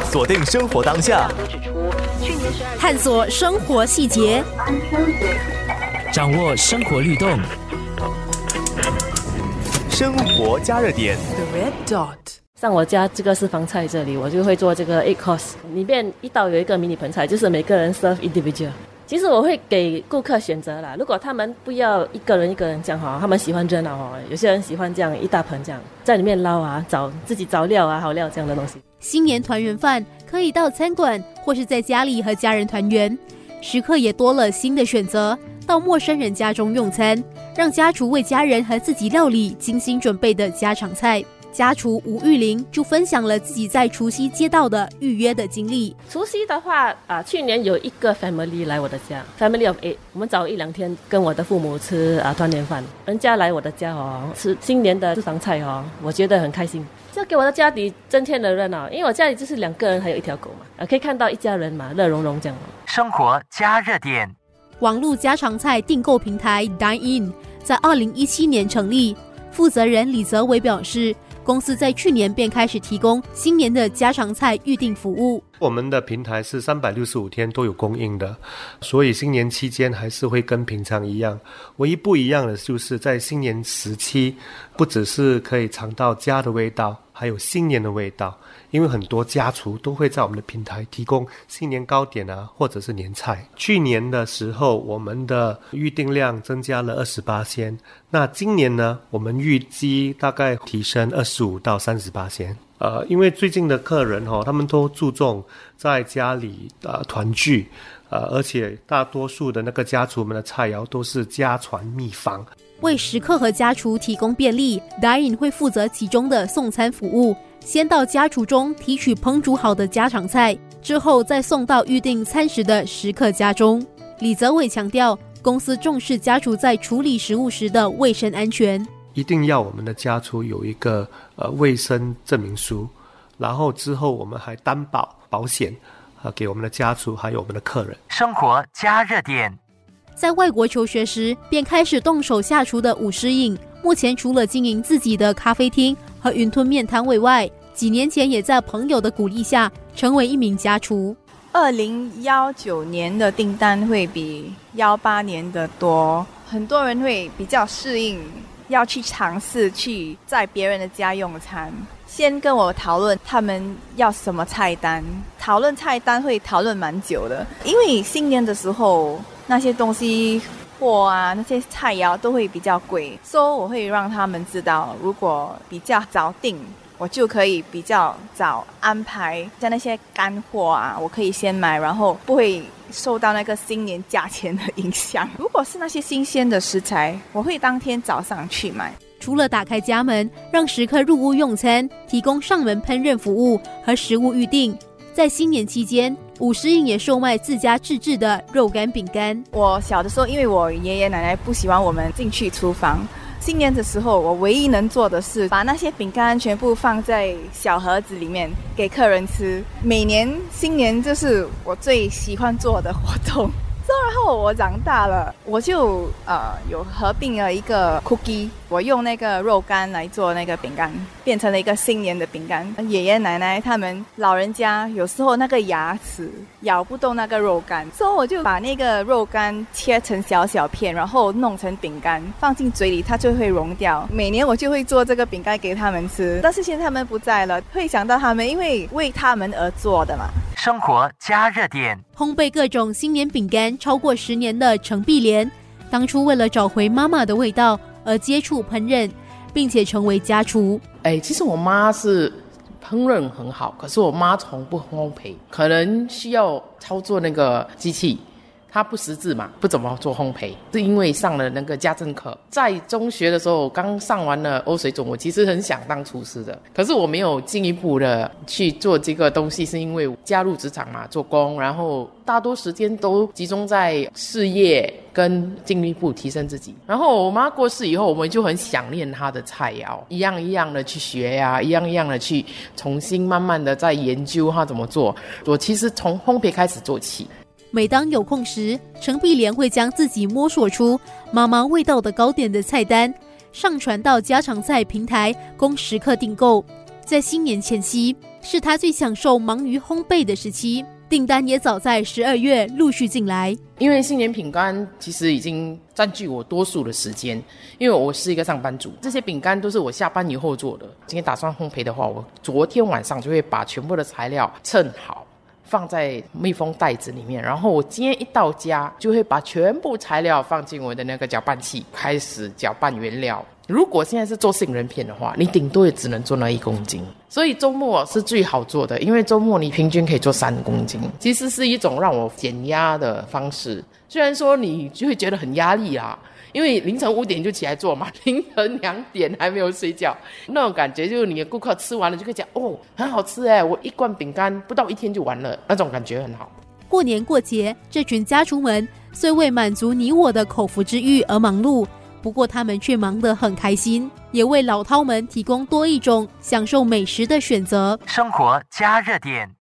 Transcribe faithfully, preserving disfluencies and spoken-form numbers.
锁定生活当下， 探索生活细节， 掌握生活律动， 生活加热点。 The Red Dot。 像我家这个私房菜这里，我就会做这个 eight course， 里面一道有一个迷你盆菜，就是每个人 serve individual。其实我会给顾客选择啦，如果他们不要一个人一个人这样哈，他们喜欢热闹哈，有些人喜欢这样一大盆这样在里面捞啊，找自己找料啊、好料这样的东西。 新年团圆饭可以到餐馆或是在家里和家人团圆，食客也多了新的选择，到陌生人家中用餐，让家厨为家人和自己料理精心准备的家常菜。家厨吴玉玲就分享了自己在除夕接到的预约的经历。 除夕的话啊，去年有一个 family 来我的家 ，family of eight， 我们早一两天跟我的父母吃啊团年饭，人家来我的家哦，吃新年的私房菜哦，我觉得很开心，就给我的家里增添了热闹，因为我家里就是两个人还有一条狗嘛，啊，可以看到一家人嘛，乐融融这样。 生活加热点。 网络家常菜订购平台 Dine In 在二零一七年成立，负责人李泽伟表示，公司在去年便开始提供新年的家常菜预订服务。 我们的平台是三百六十五天都有供应的，所以新年期间还是会跟平常一样，唯一不一样的就是在新年时期，不只是可以尝到家的味道，还有新年的味道，因为很多家厨都会在我们的平台提供新年糕点啊，或者是年菜。去年的时候，我们的预订量增加了 百分之二十， 那今年呢，我们预计大概提升二十五到三十八%。呃，因为最近的客人哦，他们都注重在家里呃团聚，呃，而且大多数的那个家厨们的菜肴都是家传秘方。 为食客和家厨提供便利， Dine In 会负责其中的送餐服务，先到家厨中提取烹煮好的家常菜，之后再送到预定餐食的食客家中。李泽伟强调，公司重视家厨在处理食物时的卫生安全， 一定要我们的家厨有一个呃卫生证明书，然后之后我们还担保保险呃给我们的家厨还有我们的客人。 生活加热点。 在外国求学时便开始动手下厨的武诗颖，目前除了经营自己的咖啡厅和云吞面摊位外，几年前也在朋友的鼓励下成为一名家厨。 二零一九年的订单会比一八年的多，很多人会比较适应，要去尝试去在别人的家用餐。先跟我讨论他们要什么菜单，讨论菜单会讨论蛮久的，因为新年的时候那些东西货啊，那些菜肴都会比较贵，所以我会让他们知道，如果比较早订，我就可以比较早安排，像那些干货啊，我可以先买，然后不会受到那个新年价钱的影响。如果是那些新鲜的食材，我会当天早上去买。 除了打开家门让食客入屋用餐，提供上门烹饪服务和食物预订，在新年期间，武诗颖也售卖自家自制的肉干饼干。 我小的时候，因为我爷爷奶奶不喜欢我们进去厨房，新年的时候我唯一能做的是把那些饼干全部放在小盒子里面给客人吃。每年新年就是我最喜欢做的活动。然后我长大了，我就呃有合并了一个 cookie， 我用那个肉干来做那个饼干，变成了一个新年的饼干。爷爷奶奶他们老人家有时候那个牙齿咬不动那个肉干，所以我就把那个肉干切成小小片，然后弄成饼干，放进嘴里它就会融掉。每年我就会做这个饼干给他们吃，但是现在他们不在了，会想到他们，因为为他们而做的嘛。 生活加热点。 烘焙各种新年饼干超过十年的程碧莲，当初为了找回妈妈的味道而接触烹饪，并且成为家厨。 哎，其实我妈是烹饪很好，可是我妈从不烘焙，可能需要操作那个机器，她不识字嘛，不怎么做烘焙，是因为上了那个家政课。在中学的时候刚上完了欧水准，我其实很想当厨师的，可是我没有进一步的去做这个东西，是因为加入职场嘛，做工，然后大多时间都集中在事业跟进一步提升自己。然后我妈过世以后，我们就很想念她的菜肴，一样一样的去学呀、啊，一样一样的去重新慢慢的在研究她怎么做。我其实从烘焙开始做起。 每当有空时，程碧莲会将自己摸索出妈妈味道的糕点的菜单上传到家常菜平台供食客订购。 在新年前夕，是他最享受忙于烘焙的时期，订单也早在十二月陆续进来。 因为新年饼干其实已经占据我多数的时间，因为我是一个上班族，这些饼干都是我下班以后做的。今天打算烘焙的话，我昨天晚上就会把全部的材料称好，放在密封袋子里面，然后我今天一到家就会把全部材料放进我的那个搅拌器，开始搅拌原料。如果现在是做杏仁片的话，你顶多也只能做那一公斤，所以周末是最好做的，因为周末你平均可以做三公斤，其实是一种让我减压的方式。虽然说你就会觉得很压力啊，因为凌晨五点就起来做嘛，凌晨两点还没有睡觉，那种感觉就是你的顾客吃完了就可以讲哦，很好吃哎，我一罐饼干不到一天就完了，那种感觉很好。 过年过节，这群家族们虽为满足你我的口腹之欲而忙碌，不过他们却忙得很开心，也为老饕们提供多一种享受美食的选择。 生活加热点。